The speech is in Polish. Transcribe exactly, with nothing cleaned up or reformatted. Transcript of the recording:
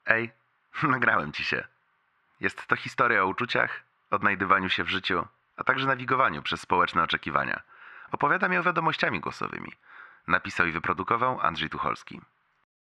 Ej, nagrałem ci się. Jest to historia o uczuciach, odnajdywaniu się w życiu, a także nawigowaniu przez społeczne oczekiwania. Opowiadam ją wiadomościami głosowymi. Napisał i wyprodukował Andrzej Tucholski.